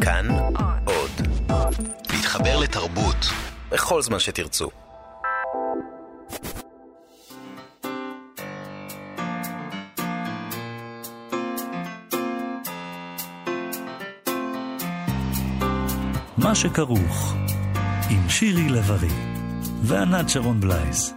כאן עוד. להתחבר לתרבות בכל זמן שתרצו. מה שכרוך עם שירי לב-ארי וענת שרון בלייס.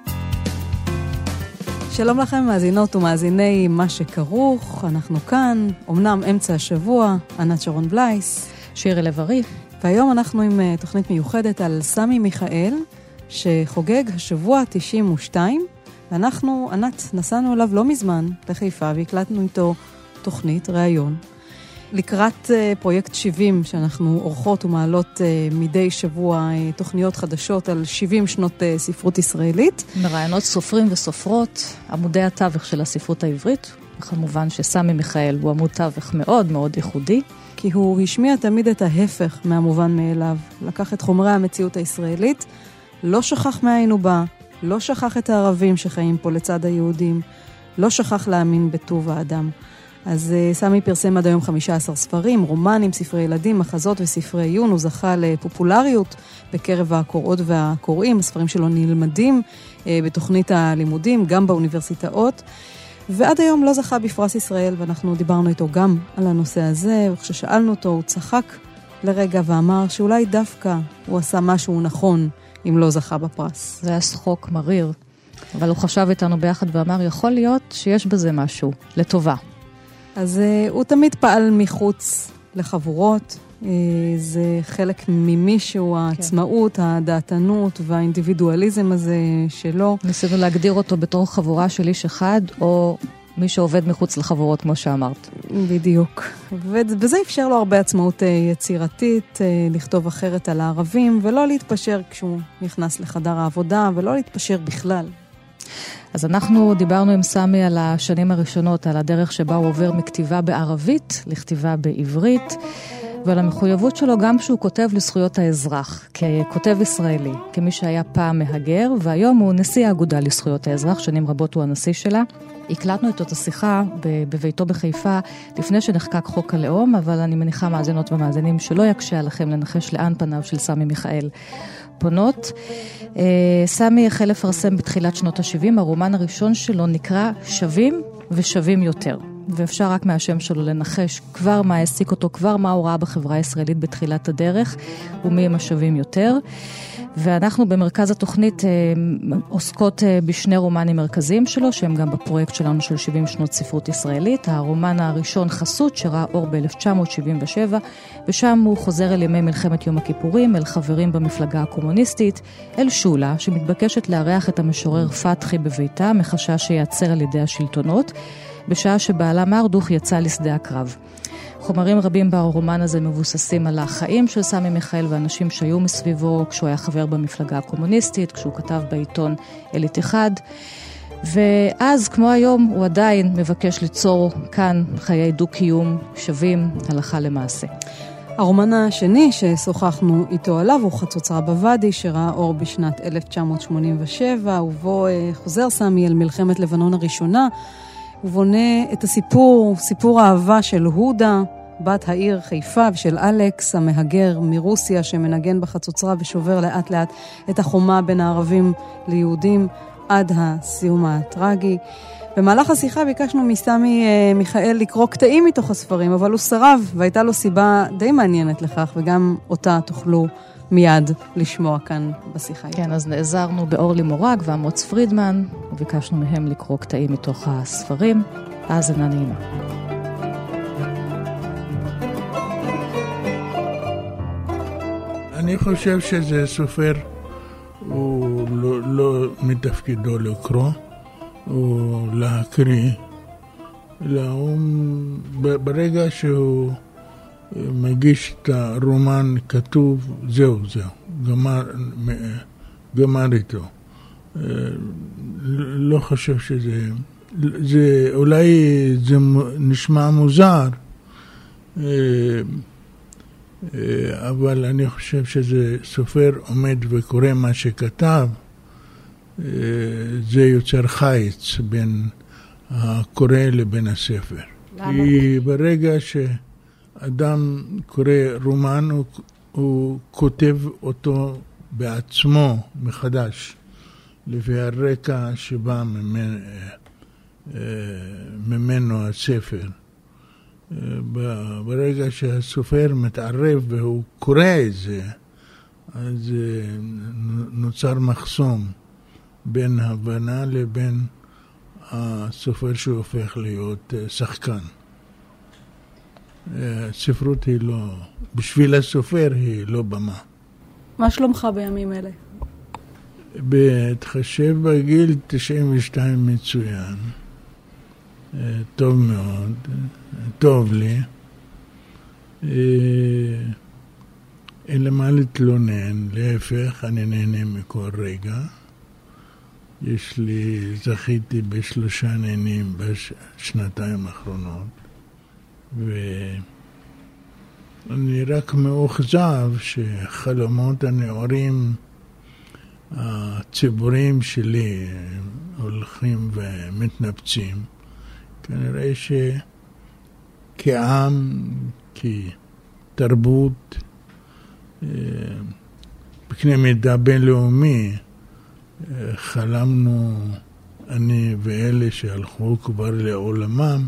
שלום לכם מאזינות ומאזיני מה שכרוך, אנחנו כאן, אמנם אמצע השבוע, ענת שרון בלייס, שירי לב-ארי, והיום אנחנו עם תוכנית מיוחדת על סמי מיכאל, שחוגג השבוע 92, ואנחנו, ענת, נסענו אליו לא מזמן לחיפה, והקלטנו איתו תוכנית, ראיון, לקראת פרויקט 70, שאנחנו עורכות ומעלות מדי שבוע תוכניות חדשות על 70 שנות ספרות ישראלית. מראיינות סופרים וסופרות, עמודי התווך של הספרות העברית, וכמובן שסמי מיכאל הוא עמוד תווך מאוד מאוד ייחודי. כי הוא השמיע תמיד את ההפך מהמובן מאליו, לקח את חומרי המציאות הישראלית, לא שכח מאינו בה, לא שכח את הערבים שחיים פה לצד היהודים, לא שכח להאמין בטוב האדם. אז סמי פרסם עד היום 15 ספרים, רומנים, ספרי ילדים, מחזות וספרי עיון. הוא זכה לפופולריות בקרב הקוראות והקוראים. הספרים שלו נלמדים בתוכנית הלימודים, גם באוניברסיטאות. ועד היום לא זכה בפרס ישראל, ואנחנו דיברנו איתו גם על הנושא הזה. וכששאלנו אותו, הוא צחק לרגע ואמר שאולי דווקא הוא עשה משהו נכון אם לא זכה בפרס. זה היה שחוק מריר, אבל הוא חשב איתנו ביחד ואמר, יכול להיות שיש בזה משהו לטובה. אז הוא תמיד פעל מחוץ לחבורות, זה חלק ממישהו, העצמאות, הדעתנות והאינדיבידואליזם הזה שלו. ניסינו להגדיר אותו בתור חבורה של איש אחד, או מי שעובד מחוץ לחבורות, כמו שאמרת. בדיוק. וזה אפשר לו הרבה עצמאות יצירתית, לכתוב אחרת על הערבים, ולא להתפשר כשהוא נכנס לחדר העבודה, ולא להתפשר בכלל. אז אנחנו דיברנו עם סמי על השנים הראשונות, על הדרך שבה הוא עובר מכתיבה בערבית לכתיבה בעברית, ועל המחויבות שלו גם שהוא כותב לזכויות האזרח, ככותב ישראלי, כמי שהיה פעם מהגר, והיום הוא נשיא האגודה לזכויות האזרח, שנים רבות הוא הנשיא שלה. הקלטנו איתו את השיחה בביתו בחיפה, לפני שנחקק חוק הלאום, אבל אני מניחה מאזינות ומאזינים שלא יקשה עליכם לנחש לאן פניו של סמי מיכאל פונות. סמי החל לפרסם בתחילת שנות ה-70, הרומן הראשון שלו נקרא שווים ושווים יותר. ואפשר רק מהשם שלו לנחש כבר מה העסיק אותו, כבר מה הוא ראה בחברה הישראלית בתחילת הדרך, ומי הם השווים יותר. ואנחנו במרכז התוכנית עוסקות בשני רומנים מרכזיים שלו, שהם גם בפרויקט שלנו של 70 שנות ספרות ישראלית. הרומן הראשון חסות, שראה אור ב-1977, ושם הוא חוזר אל ימי מלחמת יום הכיפורים, אל חברים במפלגה הקומוניסטית, אל שולה, שמתבקשת לארח את המשורר פתחי בביתה, מחשש שיעצר על ידי השלטונות, בשעה שבעלה מרדוך יצא לשדה הקרב. חומרים רבים ברומן הזה מבוססים על החיים של סמי מיכאל ואנשים שהיו מסביבו כשהוא היה חבר במפלגה הקומוניסטית, כשהוא כתב בעיתון אלית אחד. ואז, כמו היום, הוא עדיין מבקש ליצור כאן חיי דו-קיום שווים הלכה למעשה. הרומן השני ששוחחנו איתו עליו הוא חצוצרה בוואדי, שראה אור בשנת 1987, ובו חוזר סמי אל מלחמת לבנון הראשונה, הוא בונה את הסיפור, סיפור האהבה של הודה, בת העיר חיפה, ושל אלכס, המהגר מרוסיה, שמנגן בחצוצרה ושובר לאט לאט את החומה בין הערבים ליהודים, עד הסיום הטרגי. במהלך השיחה ביקשנו מסמי מיכאל לקרוא קטעים מתוך הספרים, אבל הוא סירב, והייתה לו סיבה די מעניינת לכך, וגם אותה תוכלו מיד לשמוע כאן בשיחה. כן, אז נעזרנו באורלי מורג ואמוץ פרידמן, וביקשנו מהם לקרוא קטעים מתוך הספרים. האזנה נעימה. אני חושב שזה סופר, הוא לא מתפקידו לקרוא, או להקריא, אלא ברגע שהוא מגיש את הרומן כתוב, זהו, גמר איתו. לא חושב שזה, אולי זה נשמע מוזר, אבל אני חושב שזה סופר עומד וקורא מה שכתב, זה יוצר חיץ בין הקורא לבין הספר. למה? כי ברגע אדם קורא רומן, הוא כותב אותו בעצמו מחדש, לפי הרקע שבא ממנו הספר. ברגע שהסופר מתערב והוא קורא את זה, אז נוצר מחסום בין הבנה לבין הסופר שהופך להיות שחקן. הספרות היא לא, בשביל הסופר היא לא במה. מה שלומך בימים אלה? בהתחשב בגיל 92 מצוין. טוב מאוד, טוב לי. אין למה להתלונן, להפך, אני נהנה מכל רגע. זכיתי ב3 נהנים בשנתיים האחרונות, ואני רק מאוכזב שחלומות הנעורים הציבוריים שלי הולכים ומתנפצים. כנראה שכעם, כתרבות, בקנה מידה בינלאומי, חלמנו, אני ואלה שהלכו כבר לעולמם,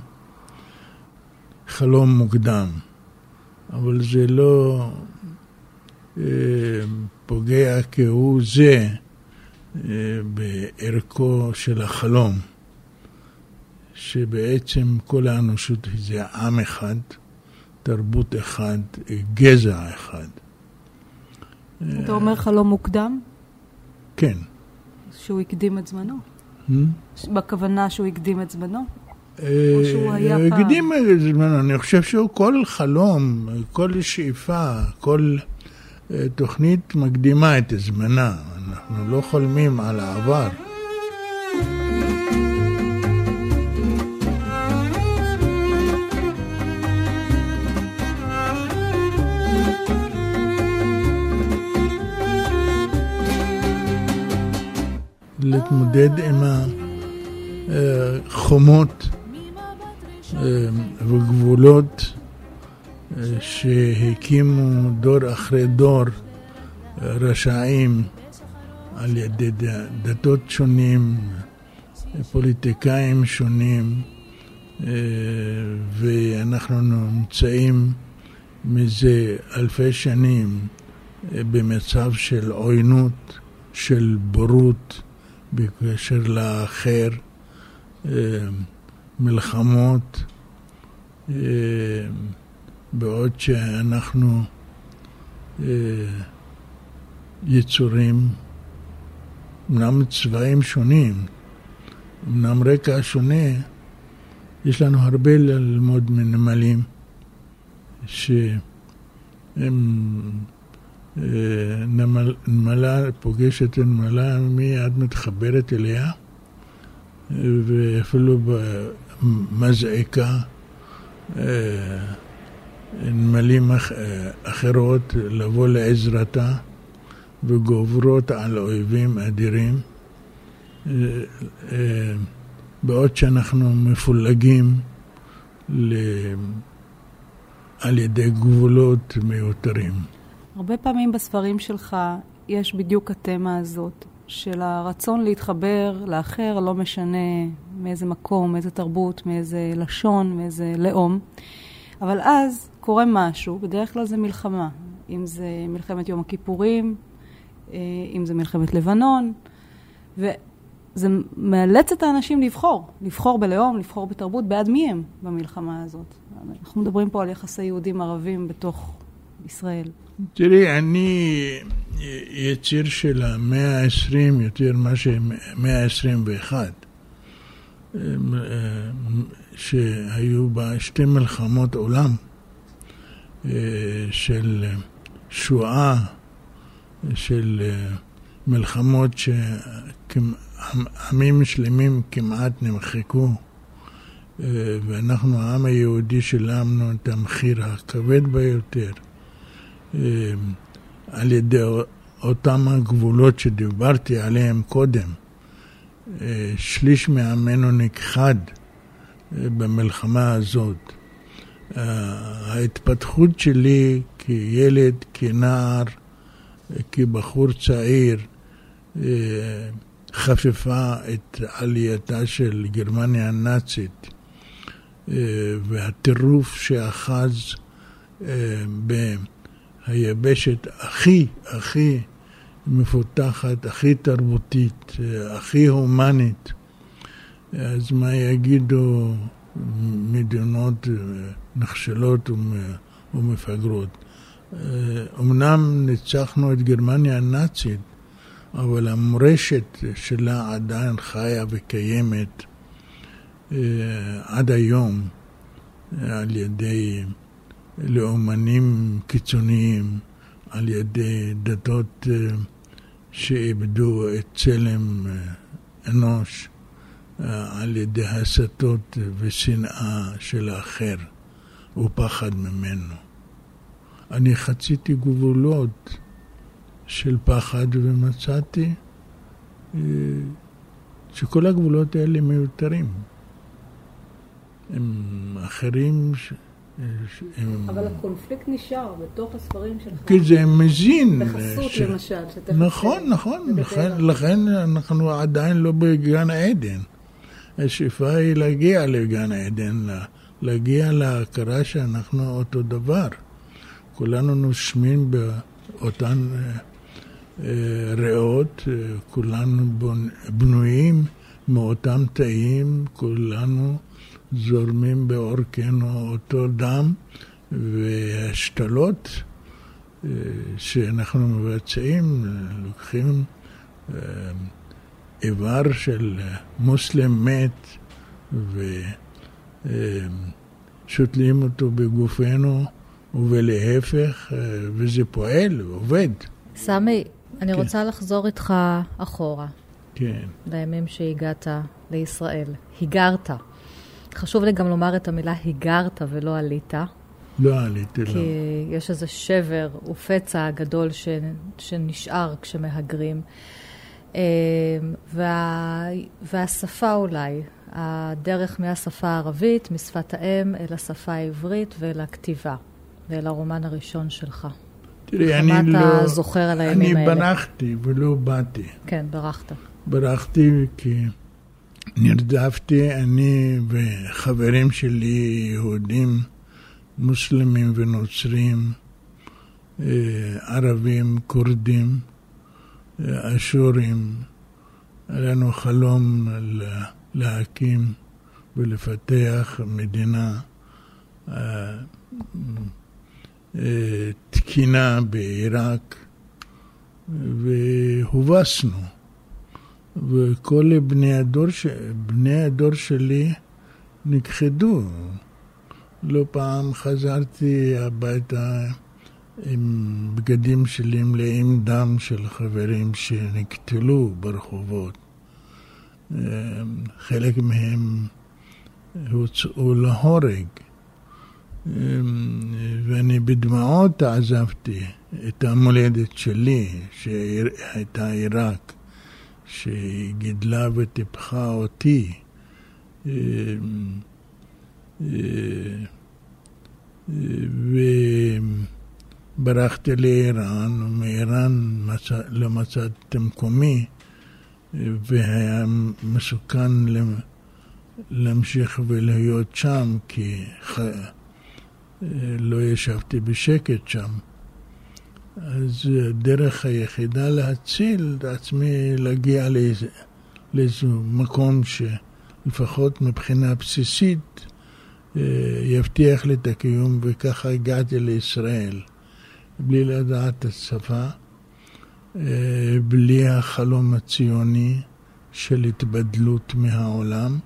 חלום מוקדם. אבל זה לא פוגע כהוא זה בערכו של החלום, שבעצם כל האנושות זה עם אחד, תרבות אחד, גזע אחד. אתה אומר חלום מוקדם? כן. שהוא הקדים את זמנו? בכוונה שהוא הקדים את זמנו? או שהוא היה פעם? הקדים את זמנו. אני חושב שהוא כל חלום, כל שאיפה, כל תוכנית מקדימה את זמנה. אנחנו לא חולמים על העבר. להתמודד עם החומות וגבולות שהקימו דור אחרי דור רשעים על ידי דתות שונים, פוליטיקאים שונים, ואנחנו נמצאים מזה אלפי שנים במצב של עוינות, של בורות, בקשר לאחר, מלחמות, בעוד שאנחנו יצורים, אמנם צבעים שונים, אמנם רקע שונה, יש לנו הרבה ללמוד מנמלים, שהם נמלה פוגשת נמלה, מיד מתחברת אליה, ואפילו במזעיקה נמלים אחרות לבוא לעזרתה, וגוברות על אויבים אדירים, בעוד שאנחנו מפולגים על ידי גבולות מיותרים. הרבה פעמים בספרים שלך יש בדיוק התמה הזאת של הרצון להתחבר לאחר, לא משנה מאיזה מקום, מאיזה תרבות, מאיזה לשון, מאיזה לאום. אבל אז קורה משהו, בדרך כלל זה מלחמה. אם זה מלחמת יום הכיפורים, אם זה מלחמת לבנון, וזה מאלץ את האנשים לבחור בלאום, לבחור בתרבות, בעד מי הם במלחמה הזאת. אנחנו מדברים פה על יחסי יהודים ערבים בתוך ישראל. תראי, אני יציר של המאה ה-20, יותר מה שמאה ה-21, שהיו בה 2 מלחמות עולם, של שואה, של מלחמות שעמים שלמים כמעט נמחקו, ואנחנו, העם היהודי, שילמנו את המחיר הכבד ביותר, על ידי אותם הגבולות שדיברתי עליהם קודם. שליש מעמנו נכחד במלחמה הזאת, ההתפתחות שלי כילד, כנער, כבחור צעיר, חפפה את עלייתה של גרמניה הנאצית, והטירוף שאחז ביבשת הכי מפותחת, הכי תרבותית, הכי הומנית. אז מה יגידו מדינות נחשלות ומפגרות? אמנם ניצחנו את גרמניה הנאצית, אבל המורשת שלה עדיין חיה וקיימת עד היום על ידי לאומנים קיצוניים, על ידי דתות שאיבדו את צלם אנוש, על ידי הסתות ושנאה של האחר ופחד ממנו. אני חציתי גבולות של פחד ומצאתי שכל הגבולות האלה מיותרים. הם אחרים אבל הקונפליקט נשאר בתוך הספרים שלך. כי זה מזין. בחסות למשל. נכון. לכן אנחנו עדיין לא בגן העדן. השאיפה היא להגיע לגן העדן, להגיע להכרה שאנחנו אותו דבר. כולנו נושמים באותן ריאות, כולנו בנויים מאותם תאים, כולנו זורמים בעורקנו אותו דם, והשתלות שאנחנו מבצעים, לוקחים איבר של מוסלם מת ושותלים אותו בגופנו ולהפך, וזה פועל, עובד. סמי, אני רוצה לחזור איתך אחורה. כן. לימים שהגעת לישראל. היגרת. חשוב לי גם לומר את המילה היגרת ולא עלית. לא עליתי, לא. כי יש איזה שבר ופצע גדול שנשאר כשמהגרים. והשפה אולי, הדרך מהשפה הערבית, משפת האם, אל השפה העברית ואל הכתיבה, ואל הרומן הראשון שלך. תראי, אני לא... אתה זוכר על הימים האלה? אני ברחתי ולא באתי. כן, ברחת. ברחתי כי נרדפתי, אני וחברים שלי, יהודים, מוסלמים ונוצרים, ערבים, קורדים, אשורים. היה לנו חלום להקים ולפתח מדינה תקינה בעיראק, והובסנו. וכל בני הדור שלי נכחדו. לא פעם חזרתי הביתה עם בגדים שלי מלאים דם של חברים שנקטלו ברחובות. חלק מהם הוצאו להורג. ואני בדמעות עזבתי את המולדת שלי, שהייתה עיראק, שגידלה וטיפחה אותי. וברחתי לאיראן, ומאיראן לא מצאתי מקומי, והיה מסוכן להמשיך ולהיות שם, כי לא ישבתי בשקט שם. אז הדרך היחידה להציל את עצמי להגיע לאיזה מקום שלפחות מבחינה בסיסית יבטיח לי את הקיום, וככה הגעתי לישראל בלי לדעת את השפה, בלי החלום הציוני של התבדלות מהעולם,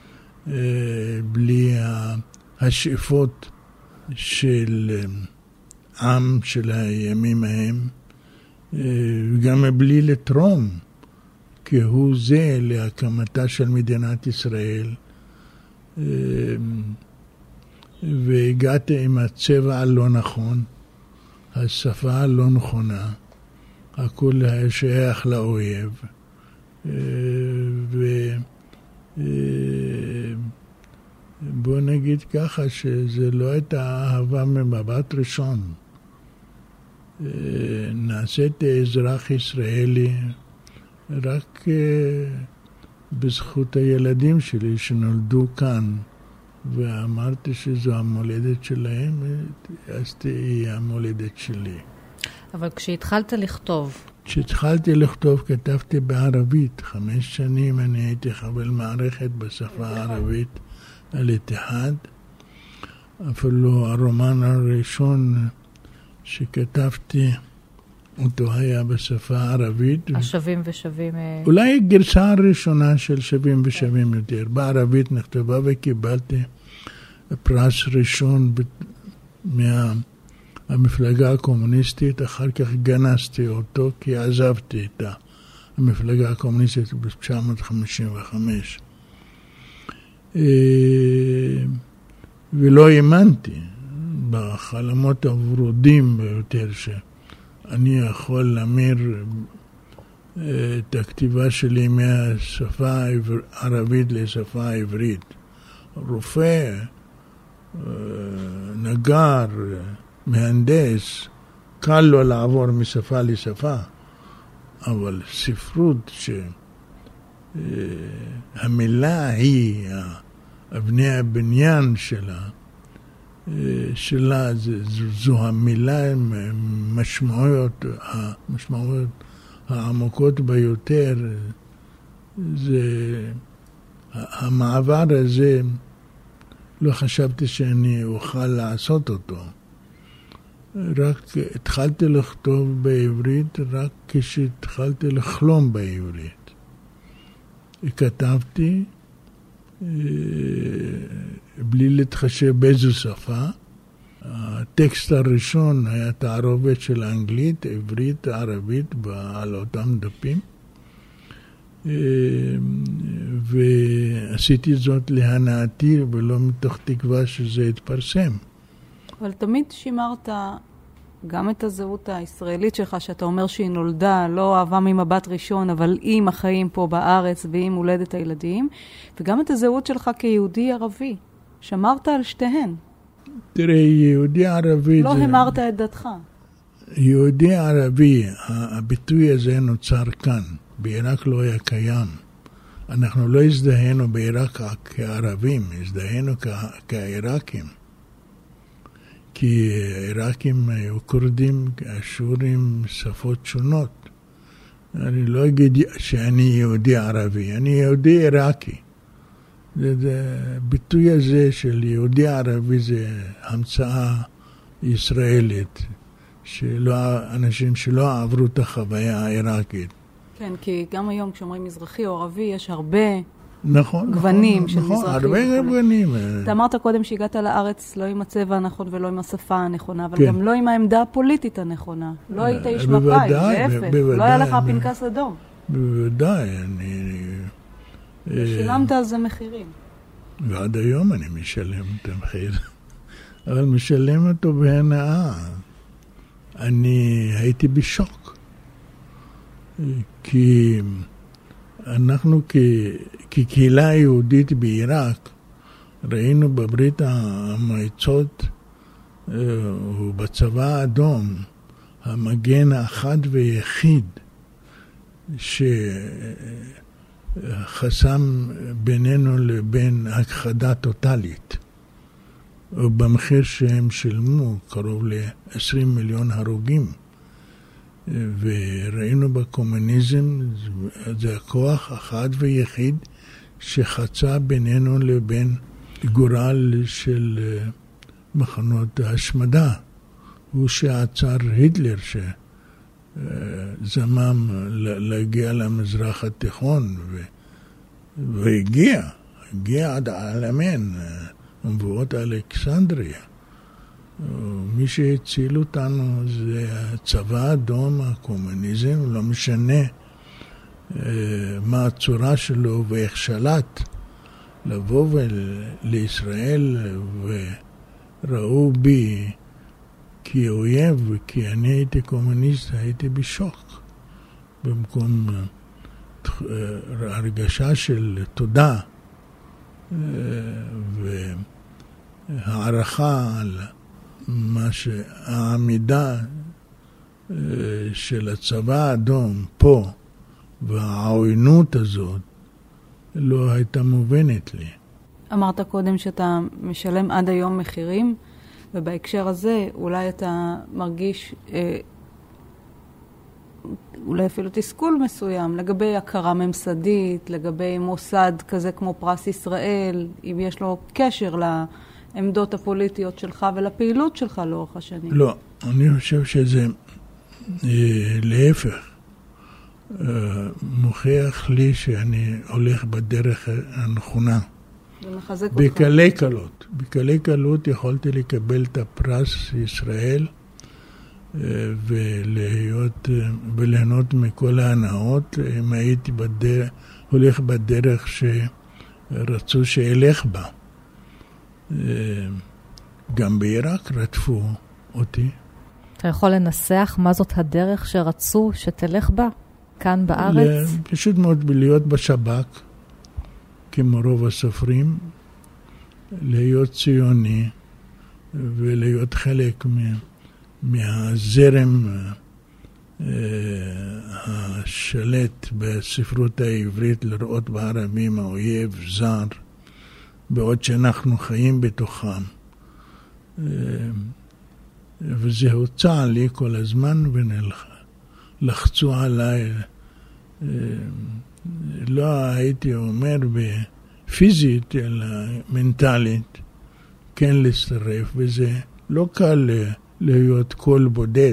בלי השאיפות של עם של הימים ההם, וגם בלי לתרום כהוא זה להקמתה של מדינת ישראל. והגעתי עם הצבע הלא נכון, השפה הלא נכונה, הכל היה שייך לאויב, בוא נגיד ככה שזה לא הייתה אהבה ממבט ראשון. נעשיתי אזרח ישראלי רק בזכות הילדים שלי שנולדו כאן, ואמרתי שזו המולדת שלהם, אז תהיה המולדת שלי. אבל כשהתחלת לכתוב... כשהתחלתי לכתוב כתבתי בערבית. 5 שנים אני הייתי חבר מערכת בשפה הערבית על איתיחאד. אפילו הרומן הראשון שכתבתי אותו היה בשפה הערבית. השווים ושווים... אולי הגרסה הראשונה של שווים ושווים יותר. בערבית נכתבה וקיבלתי פרס ראשון מהמפלגה הקומוניסטית. אחר כך גנזתי אותו כי עזבתי את המפלגה הקומוניסטית ב-1955. ולא האמנתי בחלומות הוורודים ביותר שאני יכול להמיר את הכתיבה שלי מהשפה הערבית לשפה העברית. רופא, נגר, מהנדס, קל לו לעבור משפה לשפה, אבל ספרות שהמילה היא אבני הבניין שלה זו המילה עם משמעויות העמוקות ביותר. המעבר הזה לא חשבתי שאני אוכל לעשות אותו. רק התחלתי לכתוב בעברית רק כשהתחלתי לחלום בעברית. כתבתי בלי להתחשב באיזו שפה. הטקסט הראשון היה תערובת של אנגלית, עברית, ערבית על אותם דפים. ועשיתי זאת להנאתי ולא מתוך תקווה שזה יתפרסם. אבל תמיד שימרת גם את הזהות הישראלית שלך, שאתה אומר שהיא נולדה, לא אהבה ממבט ראשון, אבל עם החיים פה בארץ ועם הולדת הילדים, וגם את הזהות שלך כיהודי ערבי. שמרת על שתיהן. תראה, יהודי ערבי... לא המרת את דתך. יהודי ערבי, הביטוי הזה נוצר כאן. בעיראק לא היה קיים. אנחנו לא הזדהינו בעיראק כערבים, הזדהינו כעיראקים. כי העיראקים היו קורדים, אשורים, שפות שונות. אני לא אגיד שאני יהודי ערבי, אני יהודי עיראקי. הביטוי הזה של יהודי ערבי זה המצאה ישראלית, אנשים שלא עברו את החוויה העיראקית. כן, כי גם היום כשאומרים מזרחי או ערבי יש הרבה נכון, גוונים של מזרחי. הרבה גוונים. אתה אמרת קודם שהגעת לארץ לא עם הצבע הנכון ולא עם השפה הנכונה, אבל גם לא עם העמדה הפוליטית הנכונה. לא היית איש מפא"י, להפך. לא היה לך פנקס אדום. בוודאי, שילמת על זה מחירים. ועד היום אני משלם את המחיר. אבל משלם אותו בהנאה. אני הייתי בשוק. כי אנחנו כקהילה יהודית בעיראק ראינו בברית המועצות ובצבא האדום המגן האחד ויחיד שחסם בינינו לבין הכחדה טוטלית, ובמחיר שהם שילמו קרוב ל-20 מיליון הרוגים. וראינו בקומוניזם, זה הכוח אחד ויחיד שחצה בינינו לבין גורל של מחנות ההשמדה. הוא שעצר היטלר שזמם להגיע למזרח התיכון והגיע עד העלמן, מבואות אלכסנדריה. מי שהציל אותנו זה הצבא האדום, הקומוניזם, לא משנה מה הצורה שלו ואיך שלט, לבוא לישראל וראו בי כאויב, כי אני הייתי קומוניסט, הייתי בשוק. במקום הרגשה של תודה והערכה על מה שהעמידה של הצבא האדום פה והעוינות הזאת לא הייתה מובנת לי. אמרת קודם שאתה משלם עד היום מחירים, ובהקשר הזה אולי אתה מרגיש אולי אפילו תסכול מסוים לגבי הכרה ממסדית, לגבי מוסד כזה כמו פרס ישראל, אם יש לו קשר לעמדות הפוליטיות שלך ולפעילות שלך לאורך השנים. לא, אני חושב שזה להפך. מוכיח לי שאני הולך בדרך הנכונה. בקלי קלות יכולתי לקבל את הפרס ישראל וליהנות מכל ההנאות אם הייתי הולך בדרך שרצו שאלך בה. גם בעיראק רדפו אותי. אתה יכול לנסח מה זאת הדרך שרצו שתלך בה כאן בארץ? פשוט מאוד להיות בשב"כ, כמו רוב הסופרים, להיות ציוני ולהיות חלק מהזרם השלט בספרות העברית, לראות בערבים האויב זר, בעוד שאנחנו חיים בתוכם. וזה הוצע לי כל הזמן ולחצו עליי. לא הייתי אומר פיזית, אלא מנטלית, כן להצטרף, וזה לא קל להיות קול בודד.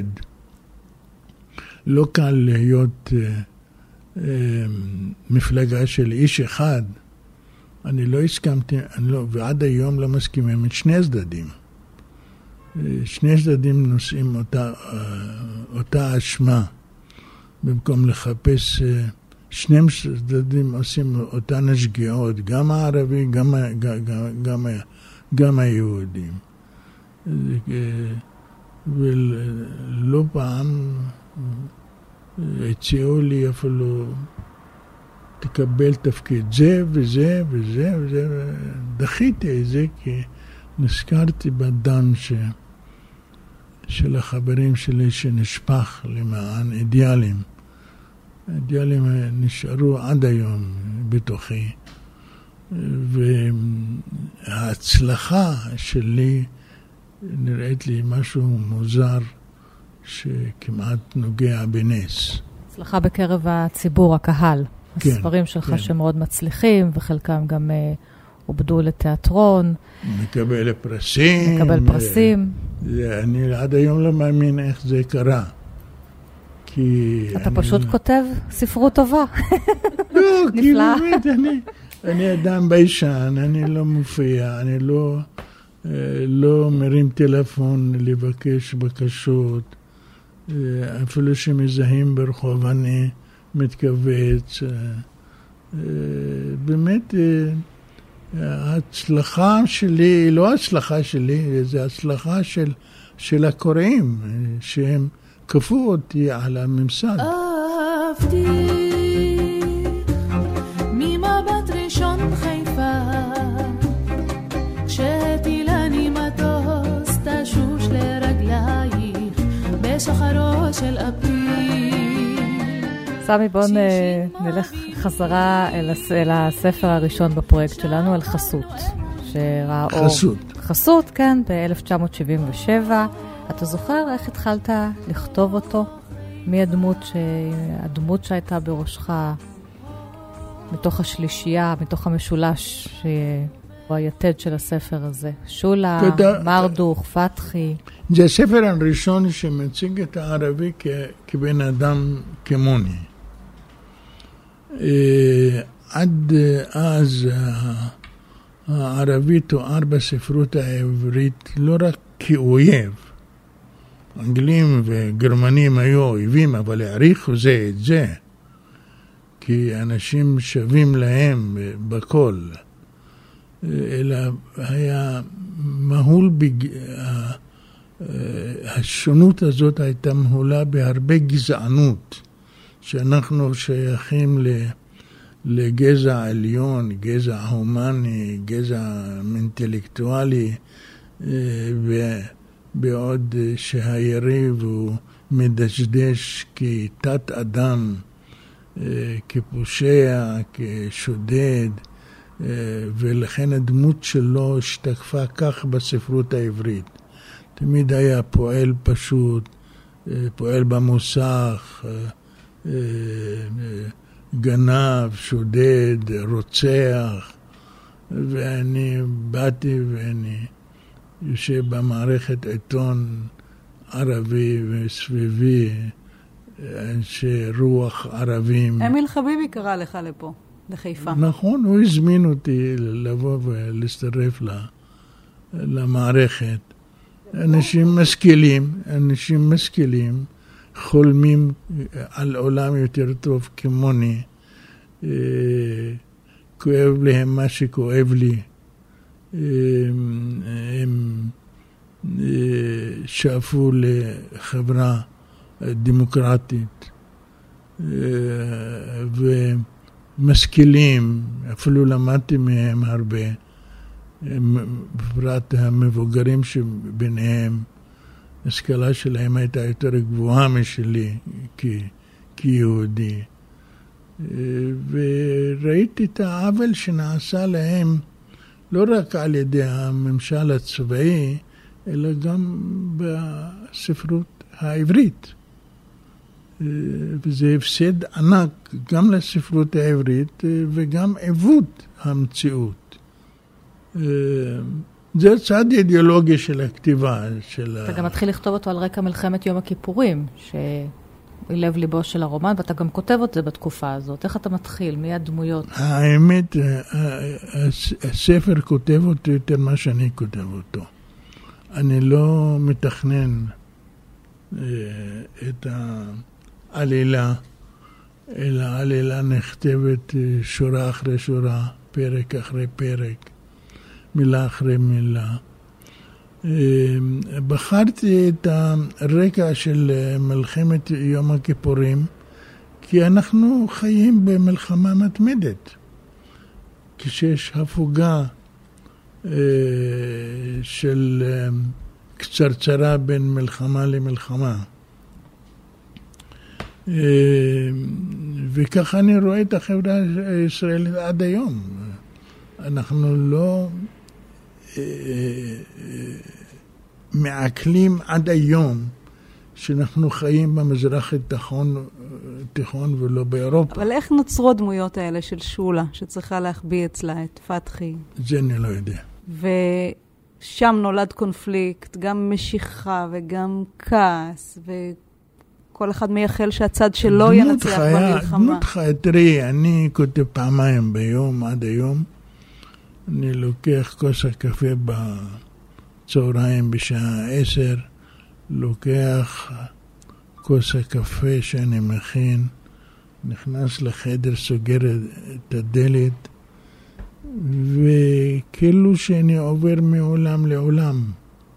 לא קל להיות מפלגה של איש אחד. אני לא הסכמתי, ועד היום לא מסכימים את שני הצדדים. שני הצדדים נושאים אותה אשמה. במקום לחפש, שני הצדדים עושים אותן השגיאות, גם הערבי, גם היהודים. ולא פעם הציעו לי אפילו תקבל תפקיד זה וזה וזה וזה. דחיתי את זה כי נזכרתי בדם של החברים שלי שנשפך למען אידיאלים. האידיאלים נשארו עד היום בתוכי. וההצלחה שלי נראית לי משהו מוזר שכמעט נוגע בנס. הצלחה בקרב הציבור, הקהל. כן, הספרים שלך כן. שמאוד מצליחים, וחלקם גם עובדו לתיאטרון. מקבל פרסים. מקבל פרסים. אני עד היום לא מאמין איך זה קרה. כי אתה פשוט כותב ספרות טובה. לא, כי באמת, אני אדם ביישן, אני לא מופיע, אני לא מרים טלפון לבקש בקשות, אפילו שמזהים ברחוב אני מתכווץ. באמת, ההצלחה שלי היא לא הצלחה שלי, זה הצלחה של הקוראים, שהם כפו אותי על הממסד. אהבתי ממבט ראשון חיפה, כשהטילני מטוס תשוש לרגלייך בשחרו של אפריל. סמי, בוא נלך חזרה אל הספר הראשון בפרויקט שלנו, אל חסות. חסות, כן, ב-1977. אתה זוכר איך התחלת לכתוב אותו? מי הדמות שהייתה בראשך מתוך השלישייה, מתוך המשולש שהוא היתד של הספר הזה? שולה, מרדוך, פתחי. זה הספר הראשון שמציג את הערבי כבן אדם כמוני. עד אז הערבי תואר בספרות העברית לא רק כאויב. אנגלים וגרמנים היו אויבים, אבל העריכו זה את זה, כי אנשים שווים להם בכל. אלא היה מהול, השונות הזאת הייתה מהולה בהרבה גזענות, שאנחנו שייכים לגזע עליון, גזע הומני, גזע אינטלקטואלי, ובעוד שהיריב הוא מדשדש כתת אדם, כפושע, כשודד, ולכן הדמות שלו השתקפה כך בספרות העברית. תמיד היה פועל פשוט, פועל במוסך, גנב, שודד, רוצח, ואני באתי ואני יושב במערכת עיתון ערבי וסביבי אנשי רוח ערבים. אמיל חביבי קרא לך לפה, לחיפה. נכון, הוא הזמין אותי לבוא ולהצטרף למערכת. אנשים משכילים, חולמים על עולם יותר טוב כמוני. כואב להם מה שכואב לי. הם שאפו לחברה דמוקרטית ומשכילים, אפילו למדתי מהם הרבה, בפרט המבוגרים שביניהם, השכלה שלהם הייתה יותר גבוהה משלי כיהודי. וראיתי את העוול שנעשה להם לא רק על ידי הממשל הצבאי, אלא גם בספרות העברית. וזה הפסד ענק גם לספרות העברית וגם עיוות המציאות. זה הצד אידיאולוגי של הכתיבה. אתה גם מתחיל לכתוב אותו על רקע מלחמת יום הכיפורים, שהיא לב ליבו של הרומן, ואתה גם כותב את זה בתקופה הזאת. איך אתה מתחיל? מי הדמויות? האמת, הספר כותב אותו יותר מה שאני כותב אותו. אני לא מתכנן את העלילה, אלא העלילה נכתבת שורה אחרי שורה, פרק אחרי פרק, מילה אחרי מילה. בחרתי את הרקע של מלחמת יום הכיפורים, כי אנחנו חיים במלחמה מתמדת. כשיש הפוגה של קצרצרה בין מלחמה למלחמה. וככה אני רואה את החברה הישראלית עד היום. אנחנו לא מעכלים עד היום שאנחנו חיים במזרח התיכון ולא באירופה. אבל איך נוצרו הדמויות האלה של שולה, שצריכה להחביא אצלה את פתחי? זה אני לא יודע. ושם נולד קונפליקט, גם משיכה וגם כעס, וכל אחד מייחל שהצד שלו ינצח במלחמה. דמות חיה, תראי, אני כותב פעמיים ביום עד היום. אני לוקח כוס הקפה בצהריים בשעה 10, לוקח כוס הקפה שאני מכין, נכנס לחדר, סוגר את הדלת, וכאילו שאני עובר מעולם לעולם.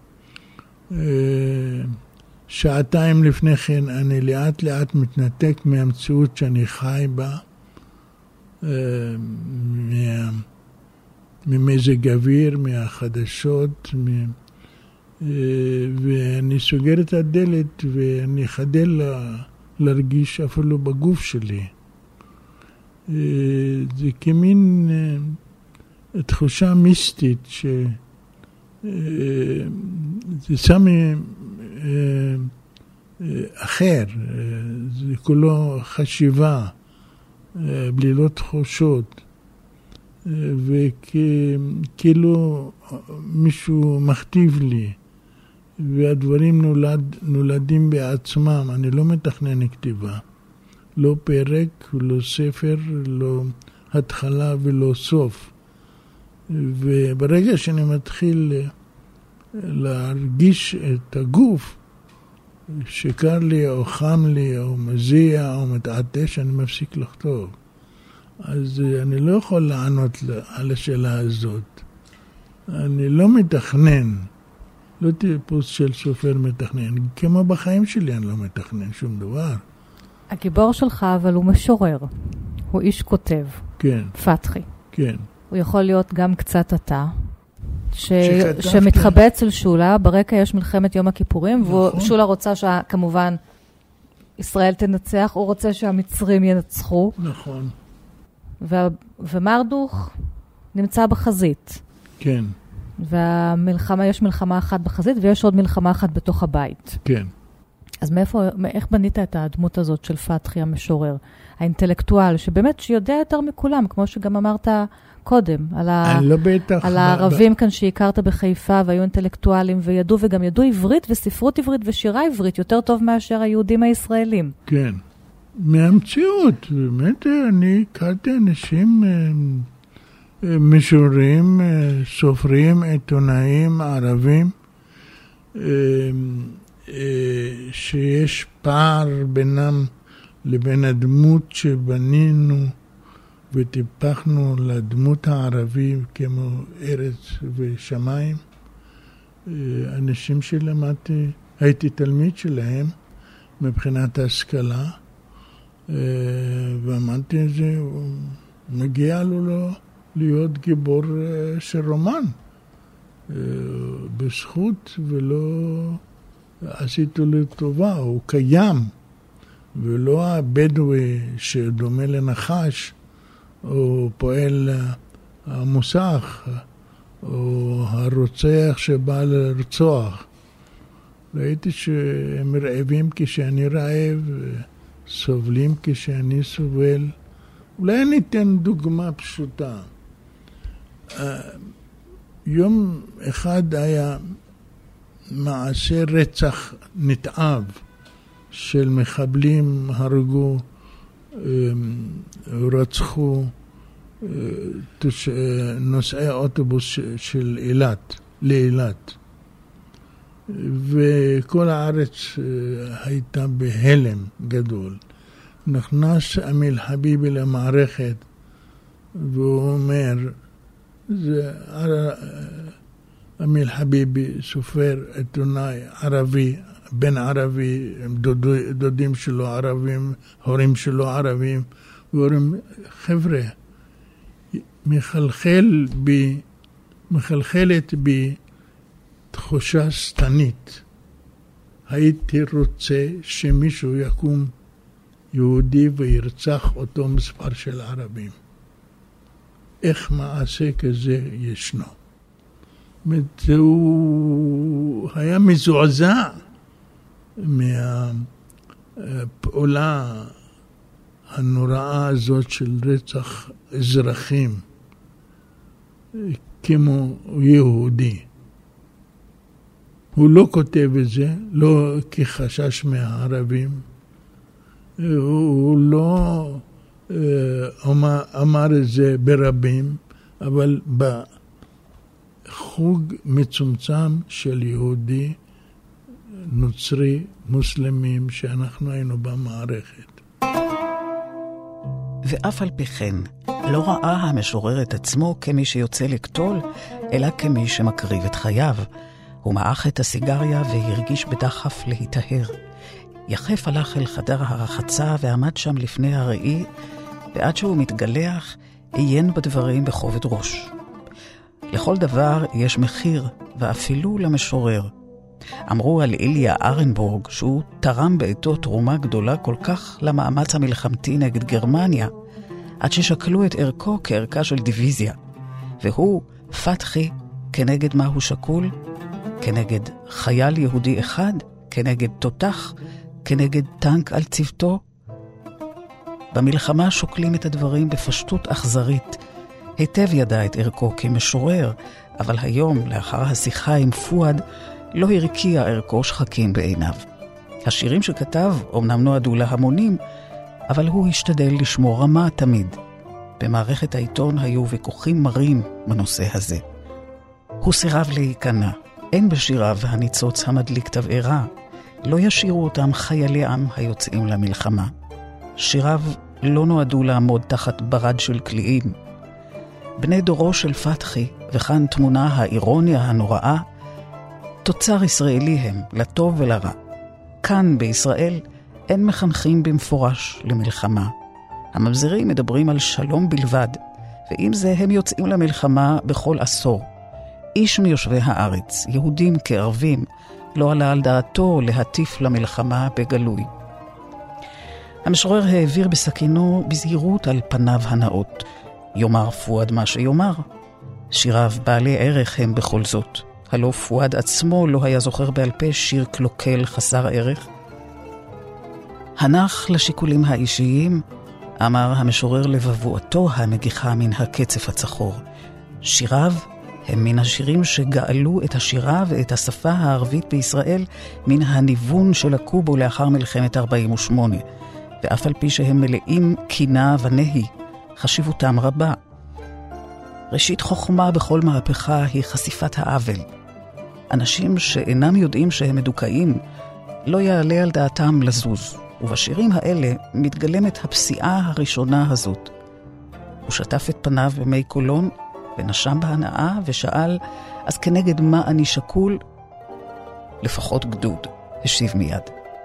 שעתיים לפני כן אני לאט לאט מתנתק מהמציאות שאני חי בה, ממזג אוויר, מהחדשות, ואני סוגר את הדלת ואני חדל להרגיש אפילו בגוף שלי. זה כמין תחושה מיסטית זה סמי אחר, זה כולו חשיבה, בלי לא תחושות. וכאילו מישהו מכתיב לי, והדברים נולדים בעצמם. אני לא מתכנן כתיבה, לא פרק, לא ספר, לא התחלה ולא סוף. וברגע שאני מתחיל להרגיש את הגוף, שקר לי או חם לי או מזיע או מתעטש, אני מפסיק לכתוב. אז אני לא יכול לענות על השאלה הזאת. אני לא מתכנן, לא טיפוס של סופר מתכנן. כמו בחיים שלי אני לא מתכנן שום דבר. הגיבור שלך אבל הוא משורר. הוא איש כותב. כן. פתחי. כן. הוא יכול להיות גם קצת אתה, שמתחבא אצל שולה, ברקע יש מלחמת יום הכיפורים, נכון. ושולה רוצה שכמובן ישראל תנצח, הוא רוצה שהמצרים ינצחו. נכון. ומרדוך נמצא בחזית. כן. והמלחמה, יש מלחמה אחת בחזית, ויש עוד מלחמה אחת בתוך הבית. כן. אז איך בנית את הדמות הזאת של פתחי המשורר, האינטלקטואל, שבאמת שיודע יותר מכולם, כמו שגם אמרת קודם, על הערבים כאן שהכרת בחיפה, והיו אינטלקטואלים, וידעו וגם ידעו עברית וספרות עברית ושירה עברית, יותר טוב מאשר היהודים הישראלים. כן. מהמציאות, באמת אני הכרתי אנשים משוררים, סופרים, עיתונאים, ערבים, שיש פער בינם לבין הדמות שבנינו וטיפחנו לדמות הערבים כמו ארץ ושמיים. אנשים שלמדתי, הייתי תלמיד שלהם מבחינת ההשכלה, ואמרתי את זה, מגיע לו להיות גיבור של רומן, בזכות, ולא עשיתו לו טובה, הוא קיים, ולא הבדואי שדומה לנחש, או פועל המוסך, או הרוצח שבא לרצוח. ראיתי שהם רעבים כשאני רעב, סובלים כשאני סובל. אולי אני אתן דוגמה פשוטה. יום אחד היה מעשה רצח נתעב של מחבלים, הרגו, רצחו נוסעי אוטובוס של לאילת. וכל הארץ הייתה בהלם גדול. נכנס אמיל חביבי למערכת, והוא אומר, אמיל חביבי, סופר, עיתונאי, ערבי, בן ערבי, דודים שלו ערבים, הורים שלו ערבים, ואומרים, חבר'ה, מחלחלת בי תחושה סתנית. הייתי רוצה שמישהו יקום יהודי וירצח אותו מספר של ערבים. איך מעשה כזה ישנו? הוא היה מזועזע מהפעולה הנוראה הזאת של רצח אזרחים כמו יהודי. הוא לא כותב את זה, לא כחשש מהערבים, הוא לא אמר את זה ברבים, אבל בחוג מצומצם של יהודי, נוצרי, מוסלמים, שאנחנו היינו במערכת. ואף על פי כן, לא ראה המשורר את עצמו כמי שיוצא לקטול, אלא כמי שמקריב את חייו. הוא מעך את הסיגריה והרגיש בדחף להתאהר. יחף הלך אל חדר הרחצה ועמד שם לפני הראי, ועד שהוא מתגלח, עיין בדברים בכובד ראש. לכל דבר יש מחיר, ואפילו למשורר. אמרו על איליה ארנבורג שהוא תרם בעתו תרומה גדולה כל כך למאמץ המלחמתי נגד גרמניה, עד ששקלו את ערכו כערכה של דיוויזיה. והוא, פתחי, כנגד מה הוא שקול? כנגד חייל יהודי אחד? כנגד תותח? כנגד טנק על צוותו? במלחמה שוקלים את הדברים בפשטות אכזרית. היטב ידע את ערכו כמשורר, אבל היום, לאחר השיחה עם פואד, לא הרקיע ערכו שחקים בעיניו. השירים שכתב אומנם נועדו להמונים, אבל הוא השתדל לשמור רמה תמיד. במערכת העיתון היו ויכוחים מרים בנושא הזה. הוא סירב להיכנע. אין בשיריו הניצוץ המדליק תבערה. לא ישירו אותם חיילי עם היוצאים למלחמה. שיריו לא נועדו לעמוד תחת ברד של קליעים. בני דורו של פתחי, וכאן תמונה האירוניה הנוראה, תוצר ישראלי הם, לטוב ולרע. כאן בישראל אין מחנכים במפורש למלחמה. הממזרים מדברים על שלום בלבד, ועם זה הם יוצאים למלחמה בכל עשור. איש מיושבי הארץ, יהודים כערבים, לא עלה על דעתו להטיף למלחמה בגלוי. המשורר העביר בסכינו בזהירות על פניו הנאות. יאמר פואד מה שיאמר. שיריו בעלי ערך הם בכל זאת. הלא פואד עצמו לא היה זוכר בעל פה שיר קלוקל חסר ערך. הנח לשיקולים האישיים, אמר המשורר לבבואתו המגיחה מן הקצף הצחור. שיריו הם מן השירים שגאלו את השירה ואת השפה הערבית בישראל מן הניוון של הקובו לאחר מלחמת 48, ואף על פי שהם מלאים קינה ונהי, חשיבותם רבה. ראשית חוכמה בכל מהפכה היא חשיפת העוול. אנשים שאינם יודעים שהם מדוכאים, לא יעלה על דעתם לזוז, ובשירים האלה מתגלמת הפסיעה הראשונה הזאת. הוא שטף את פניו במי קולון, ונשם בהנאה ושאל, אז כנגד מה אני שקול? לפחות גדוד, השיב מיד.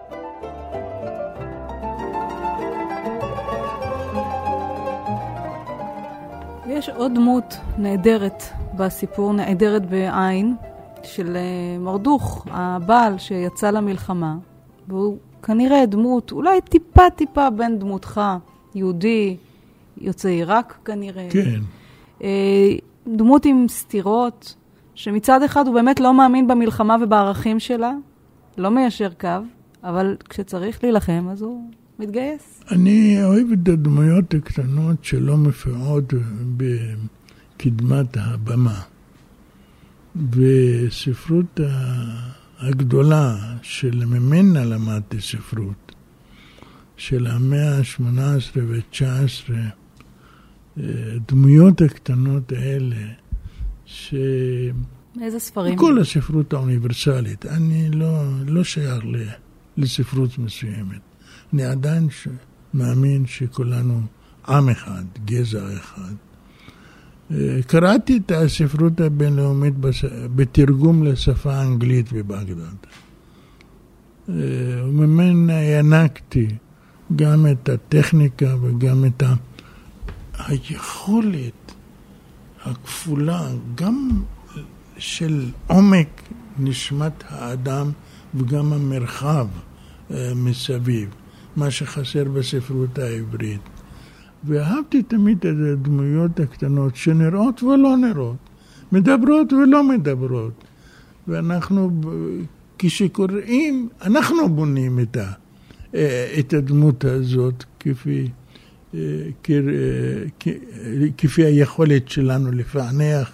יש עוד דמות נהדרת בסיפור, נהדרת בעין, של מרדוך, הבעל שיצא למלחמה, והוא כנראה דמות, אולי טיפה בין דמותך, יהודי, יוצא עיראק כנראה. כן. דמות עם סתירות, שמצד אחד הוא באמת לא מאמין במלחמה ובערכים שלה, לא מיישר קו, אבל כשצריך להילחם אז הוא מתגייס. אני אוהב את הדמויות הקטנות שלא מופיעות בקדמת הבמה. וספרות הגדולה של ממנה למדתי ספרות, של המאה ה-18 ו-19, דמויות הקטנות האלה, איזה ספרים? כל הספרות האוניברסלית. אני לא שייך לספרות מסוימת. אני עדיין מאמין שכולנו עם אחד, גזע אחד. קראתי את הספרות הבינלאומית בתרגום לשפה האנגלית בבגדד. וממנה ינקתי גם את הטכניקה וגם את היכולת הכפולה, גם של עומק נשמת האדם וגם המרחב מסביב, מה שחסר בספרות העברית. ואהבתי תמיד את הדמויות הקטנות שנראות ולא נראות, מדברות ולא מדברות. ואנחנו, כשקוראים, אנחנו בונים את הדמות הזאת כפי היכולת שלנו לפענח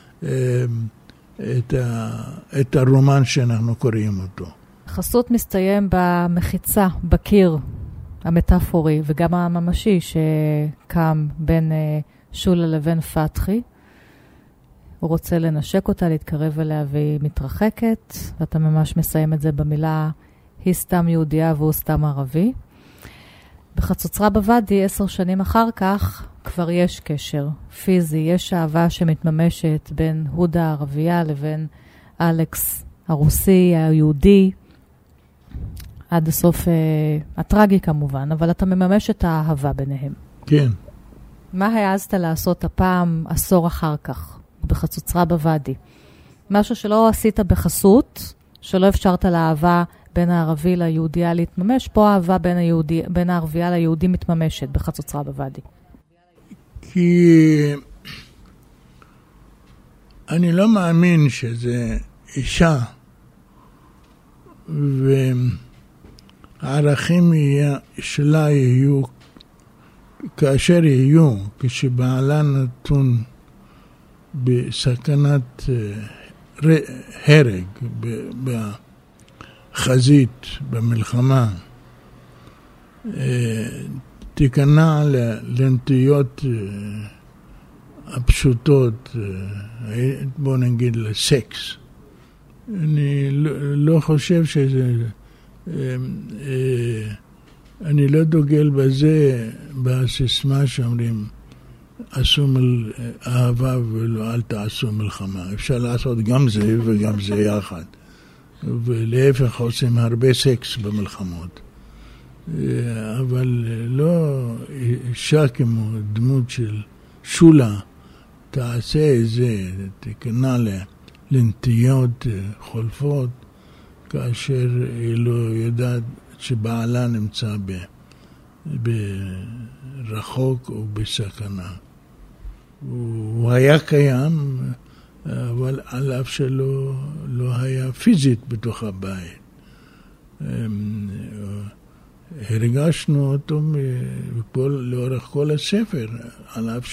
את הרומן שאנחנו קוראים אותו. חסות מסתיים במחיצה, בקיר המטאפורי וגם הממשי שקם בין שולה לבין פתחי. הוא רוצה לנשק אותה, להתקרב אליה והיא מתרחקת, ואתה ממש מסיים את זה במילה, היא סתם יהודיה והוא סתם ערבי. בחצוצרה בוואדי, 10 שנים אחר כך, כבר יש קשר פיזי, יש אהבה שמתממשת בין הודה הערבייה לבין אלכס הרוסי, היהודי, עד הסוף הטרגי כמובן, אבל אתה מממש את האהבה ביניהם. כן. מה העזת לעשות הפעם, עשור אחר כך, בחצוצרה בוואדי? משהו שלא עשית בחסות, שלא אפשרת לאהבה בין הערבי ליהודיה להתממש, פה האהבה בין הערבייה ליהודי מתממשת בחצוצרה בוואדי. כי אני לא מאמין שזה אישה, והערכים שלה יהיו כאשר יהיו, כשבעלה נתון בסכנת הרג בחזית, במלחמה, תיכנע לנטיות הפשוטות, בוא נגיד לסקס. אני לא חושב שזה, אני לא דוגל בזה, בסיסמה שאומרים, עשו אהבה ולא אל תעשו מלחמה. אפשר לעשות גם זה וגם זה יחד. ולהפך עושים הרבה סקס במלחמות. אבל לא אישה כמו דמות של שולה, תעשה איזה, תקנה לנטיות חולפות, כאשר היא לא יודעת שבעלה נמצא ברחוק או בסכנה. הוא היה קיים, אבל על אף שלא היה פיזית בתוך הבית. הרגשנו אותו לאורך כל הספר, על אף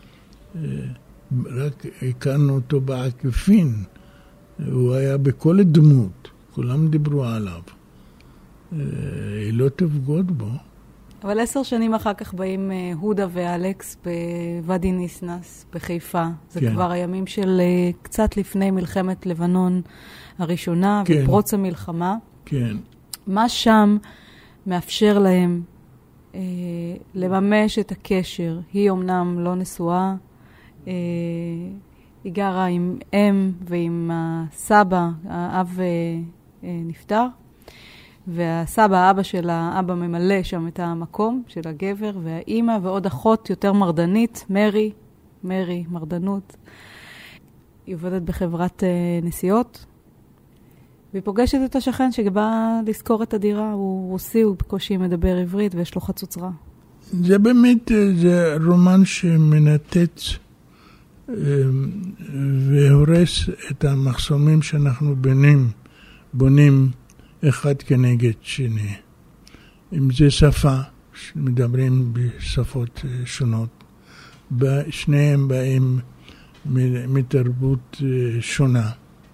שרק הכרנו אותו בעקיפין. הוא היה בכל דמות, כולם דיברו עליו. היא לא תבגוד בו. אבל 10 שנים אחר כך באים הודה ואלכס בוואדי ניסנס בחיפה. זה כן. כבר הימים של קצת לפני מלחמת לבנון הראשונה, כן. ופרוץ המלחמה. כן. מה שם מאפשר להם לממש את הקשר? היא אומנם לא נשואה, היא גרה עם אם ועם הסבא, האב נפטר, והסבא, האבא של האבא ממלא שם את המקום של הגבר, והאימא ועוד אחות יותר מרדנית, מרי, מרדנות. היא עובדת בחברת נסיעות, והיא פוגשת את השכן שבא לזכור את הדירה, הוא רוסי, הוא בקושי מדבר עברית ויש לו חצוצרה. זה באמת, זה רומן שמנתץ והורס את המחסומים שאנחנו בונים אחד כנגד שני. אם זה שפה, מדברים בשפות שונות, שניהם באים מתרבות שונה.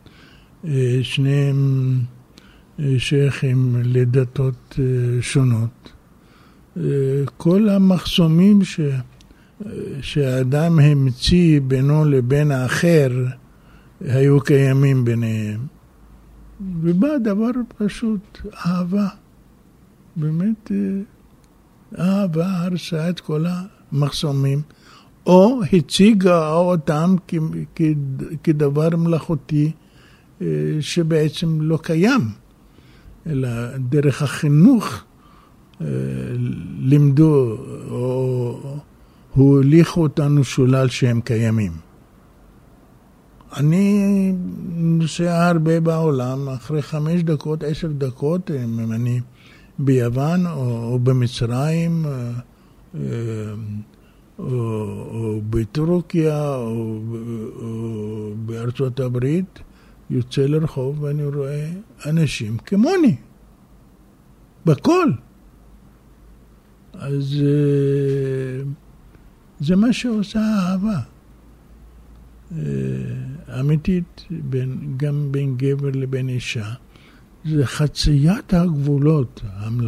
שניהם שייכים לדתות שונות. כל המחסומים שהאדם המציא בינו לבין האחר היו קיימים ביניהם. ובא דבר פשוט, אהבה. באמת, אהבה הרסה את כל המחסומים, או הציגה אותם כדבר מלאכותי, שבעצם לא קיים, אלא דרך החינוך לימדו או הוליכו אותנו שולל שהם קיימים. אני נוסע הרבה בעולם, אחרי 5 דקות, 10 דקות, אם אני ביוון או במצרים, או בטורקיה או בארצות הברית, יוצא לרחוב ואני רואה אנשים כמוני, בכל. אז זה מה שעושה האהבה. אמיתית, גם בין גבר לבין אישה. זה חציית הגבולות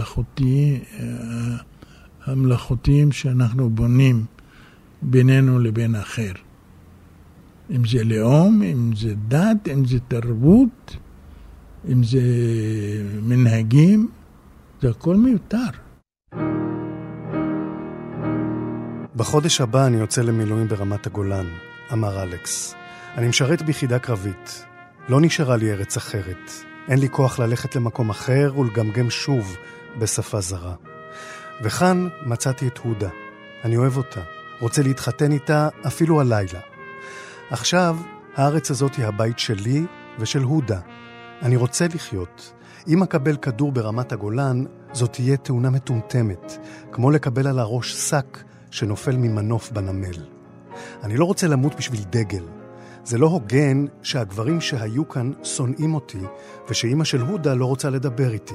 המלאכותיים שאנחנו בונים בינינו לבין אחר. אם זה לאום, אם זה דת, אם זה תרבות, אם זה מנהגים, זה הכל מיותר. בחודש הבא אני יוצא למילואים ברמת הגולן, אמר אלכס. אני משרת ביחידה קרבית. לא נשארה לי ארץ אחרת. אין לי כוח ללכת למקום אחר ולגמגם שוב בשפה זרה. וכאן מצאתי את הודה. אני אוהב אותה. רוצה להתחתן איתה אפילו הלילה. עכשיו, הארץ הזאת היא הבית שלי ושל הודה. אני רוצה לחיות. אם אקבל כדור ברמת הגולן, זאת תהיה תאונה מטומטמת, כמו לקבל על הראש שק שנופל ממנוף בנמל. אני לא רוצה למות בשביל דגל. זה לא הוגן שהגברים שהיו כאן שונאים אותי, ושאמא של הודה לא רוצה לדבר איתי.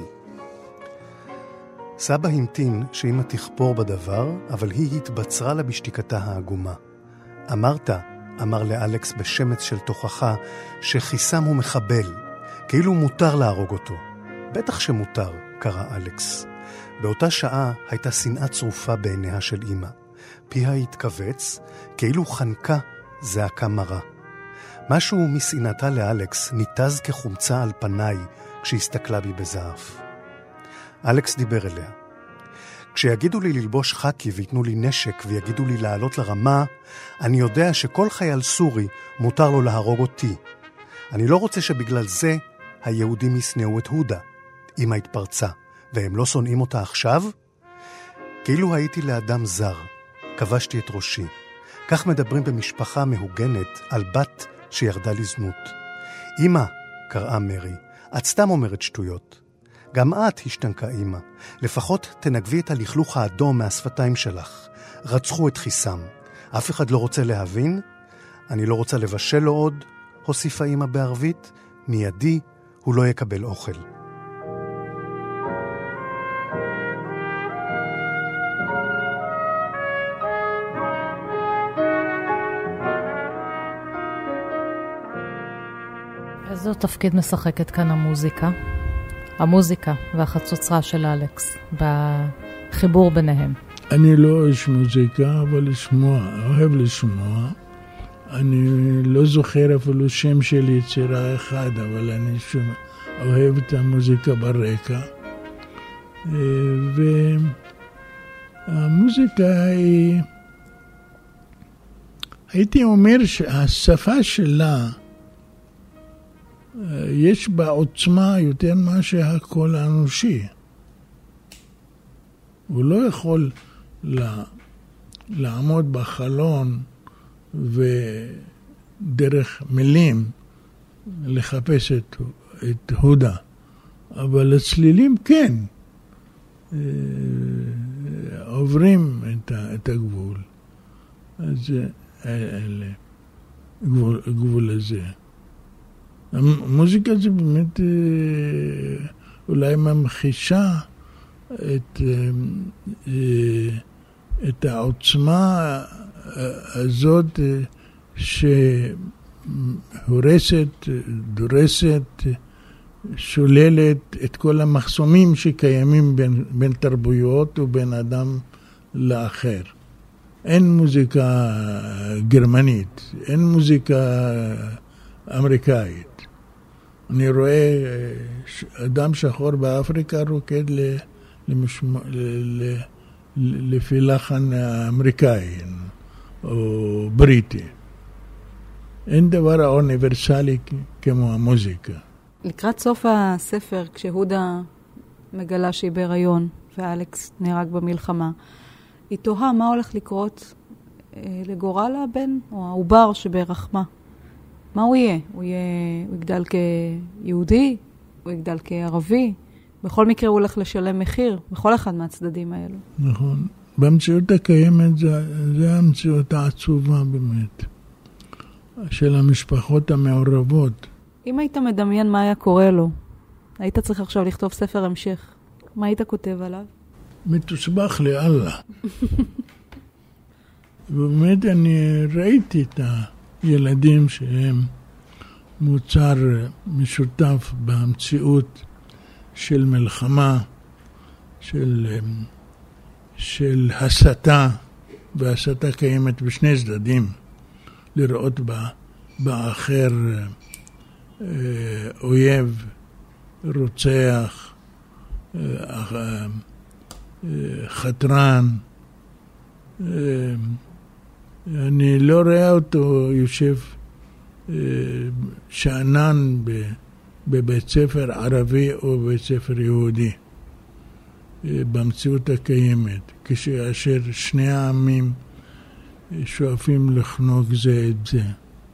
סבא המתין שאמא תחפור בדבר, אבל היא התבצרה לה בשתיקתה העגומה. אמר לאלכס בשמץ של תוכחה, שחיסם הוא מחבל, כאילו מותר להרוג אותו. בטח שמותר, קרא אלכס. באותה שעה הייתה שנאה צרופה בעיניה של אמא. פיה התכווץ, כאילו חנקה זעקה מרה. משהו משנאתה לאלכס ניתז כחומצה על פניי כשהסתכלה בי בזעף. אלכס דיבר אליה. כשיגידו לי ללבוש חקי ויתנו לי נשק ויגידו לי לעלות לרמה, אני יודע שכל חייל סורי מותר לו להרוג אותי. אני לא רוצה שבגלל זה היהודים יסנאו את הודה. אמא התפרצה, והם לא שונאים אותה עכשיו? כאילו הייתי לאדם זר, כבשתי את ראשי. כך מדברים במשפחה מהוגנת על בת שירדה לזנות. אמא, קראה מרי, את סתם אומרת שטויות. גם את השתנקה אמא. לפחות תנגבי את הלכלוך האדום מהשפתיים שלך. רצחו את חיסם. אף אחד לא רוצה להבין? אני לא רוצה לבשל לו עוד, הוסיפה אמא בערבית. מיידי הוא לא יקבל אוכל. איזה תפקיד משחקת כאן המוזיקה? המוזיקה והחצוצרה של אלכס, בחיבור ביניהם. אני לא איש מוזיקה, אבל אוהב לשמוע. אני לא זוכר אפילו שם של יצירה אחד, אבל אני אוהב את המוזיקה ברקע. והמוזיקה היא, הייתי אומר שהשפה שלה, יש בה עוצמה יותר מאשר הקול האנושי. הוא לא יכול לעמוד בחלון ודרך מילים לחפש את הודה. אבל הצלילים כן עוברים את הגבול. אז הגבול הזה. המוזיקה זה באמת אולי ממחישה את העוצמה הזאת שהורסת, דורסת, שוללת את כל המחסומים שקיימים בין תרבויות ובין אדם לאחר. אין מוזיקה גרמנית, אין מוזיקה אמריקאית. אני רואה אדם שחור באפריקה רוקד לפי לחן אמריקאי או בריטי. אין דבר אוניברסלי כמו המוזיקה. לקראת סוף הספר, כשהודה מגלה שהיא בהיריון ואלכס נהרג במלחמה, היא תוהה מה הולך לקרות לגורל הבן או העובר שברחמה. מה הוא יהיה? הוא יגדל כיהודי? הוא יגדל כערבי? בכל מקרה הוא הולך לשלם מחיר, בכל אחד מהצדדים האלו. נכון. במציאות הקיימת זה המציאות העצובה באמת, של המשפחות המעורבות. אם היית מדמיין מה היה קורה לו, היית צריך עכשיו לכתוב ספר המשך. מה היית כותב עליו? מתוסבך לאללה. באמת אני ראיתי את ילדים שהם מוצר משותף במציאות של מלחמה, של הסתה, והסתה קיימת בשני צדדים, לראות באחר אויב, רוצח, חתרן. אני לא רואה אותו יושב שענן בבית ספר ערבי או בבית ספר יהודי במציאות הקיימת, כאשר שני העמים שואפים לחנוק זה את זה.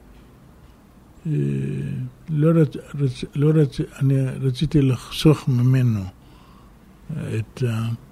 אני רציתי לחסוך ממנו את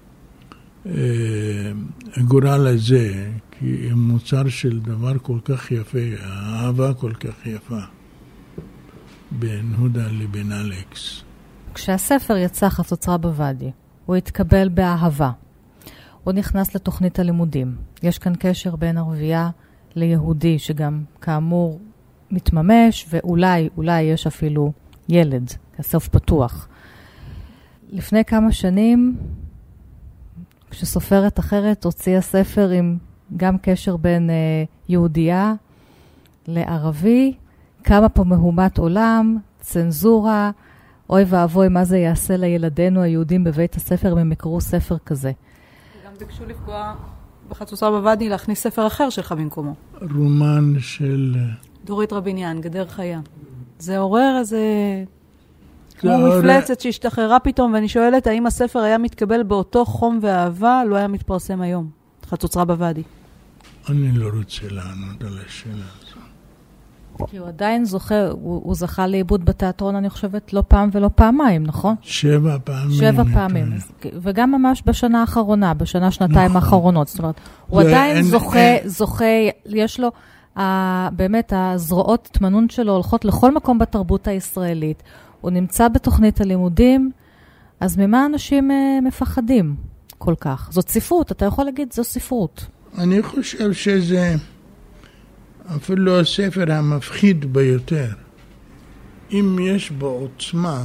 הגורל הזה, כי הוא מוצר של דבר כל כך יפה, האהבה כל כך יפה בין הודה לבין אלכס. כשהספר יצא חצוצרה בוואדי, הוא התקבל באהבה. הוא נכנס לתוכנית הלימודים. יש כאן קשר בין ערבייה ליהודי, שגם כאמור מתממש, ואולי יש אפילו ילד, הסוף פתוח. לפני כמה שנים, כשסופרת אחרת הוציאה ספר עם גם קשר בין יהודייה לערבי, כמה פה מהומת עולם, צנזורה, אוי ואבוי מה זה יעשה לילדינו היהודים בבית הספר אם הם יקראו ספר כזה. גם ביקשו לפגוע בחצוצרה בוואדי להכניס ספר אחר שלך במקומו. רומן של דורית רביניאן, גדר חיה. זה עורר איזה כמו מפלצת שהשתחררה פתאום, ואני שואלת, האם הספר היה מתקבל באותו חום ואהבה, לא היה מתפרסם היום? חצוצרה בוואדי. אני לא רוצה לענות על השאלה הזו. כי הוא עדיין זוכה, הוא זכה לאיבוד בתיאטרון, אני חושבת, לא פעם ולא פעמיים, נכון? 7 פעמים. 7 פעמים. וגם ממש בשנה האחרונה, שנתיים האחרונות. זאת אומרת, הוא עדיין זוכה, יש לו, באמת, הזרועות תמנון שלו הולכות לכל מקום בתרבות הישראלית. הוא נמצא בתוכנית הלימודים, אז ממה אנשים מפחדים כל כך? זאת ספרות, אתה יכול להגיד, זו ספרות. אני חושב שזה אפילו הספר המפחיד ביותר. אם יש בו עוצמה,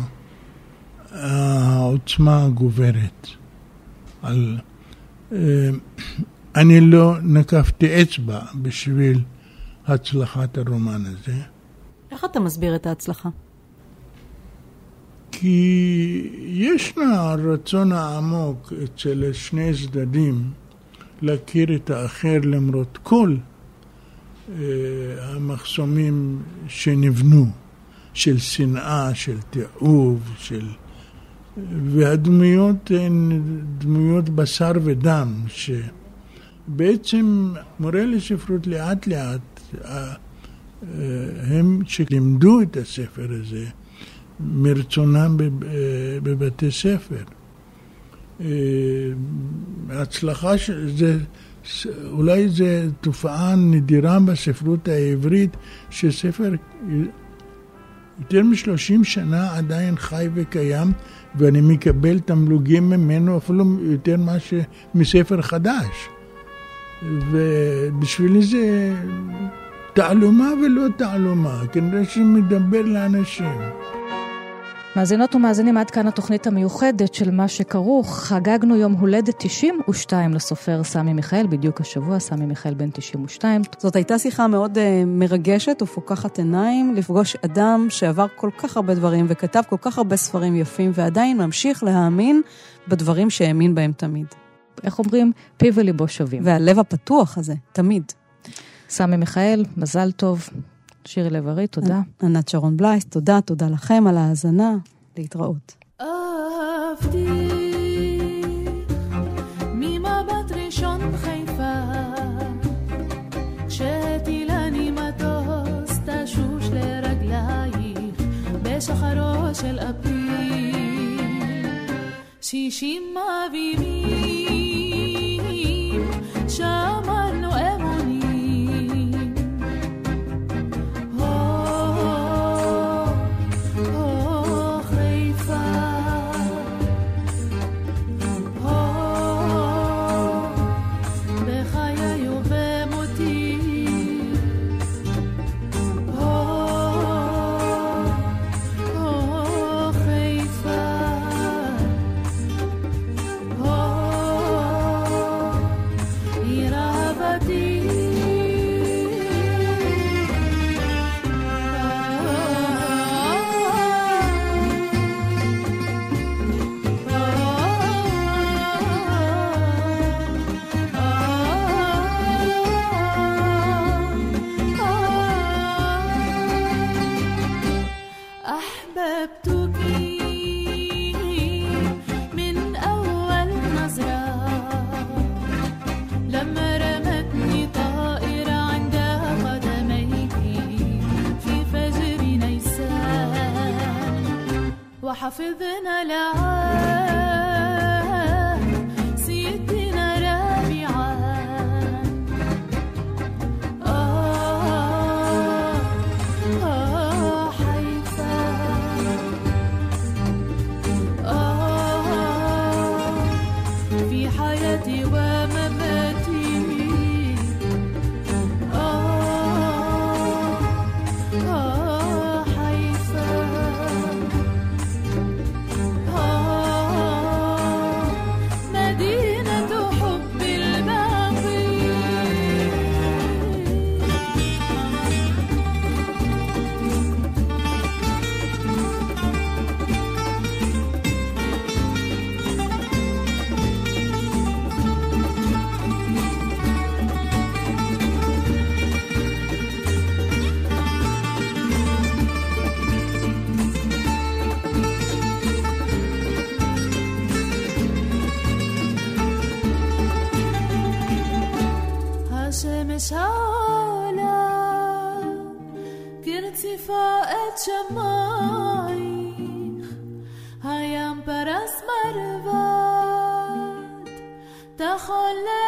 העוצמה גוברת. אני לא נקפתי אצבע בשביל הצלחת הרומן הזה. איך אתה מסביר את ההצלחה? כי ישנה הרצון העמוק אצל שני צדדים להכיר את האחר למרות כל המחסומים שנבנו, של שנאה, של תיעוב, והדמויות הן דמויות בשר ודם, שבעצם מורה לספרות לאט לאט, הם שלימדו את הספר הזה מרצונם בבתי ספר. ההצלחה זה, אולי זו תופעה נדירה בספרות העברית, שספר יותר מ-30 שנה עדיין חי וקיים, ואני מקבל תמלוגים ממנו אפילו יותר מספר חדש. ובשבילי זה תעלומה ולא תעלומה, כנראה שמדבר לאנשים. מאזינות ומאזינים, עד כאן התוכנית המיוחדת של מה שכרוך. חגגנו יום הולדת 92 לסופר סמי מיכאל, בדיוק השבוע, סמי מיכאל בן 92. זאת הייתה שיחה מאוד מרגשת ופוקחת עיניים, לפגוש אדם שעבר כל כך הרבה דברים וכתב כל כך הרבה ספרים יפים, ועדיין ממשיך להאמין בדברים שהאמין בהם תמיד. איך אומרים? פיו וליבו שווים. והלב הפתוח הזה, תמיד. סמי מיכאל, מזל טוב. שירי לב-ארי, תודה. ענת שרון בלייס, תודה לכם על ההאזנה. להתראות. אהבתי ממבט ראשון בחיפה, כשהטילני מטוס תשוש לרגלייך בשחרו של אפריל, 60 אביבים שאמרנו אמונים, حفظنا العهد سيدنا رابعا حيفا في حياتي ومماتي حيفا העולם כרציפה את שמייך הים פרס מרבד תחולה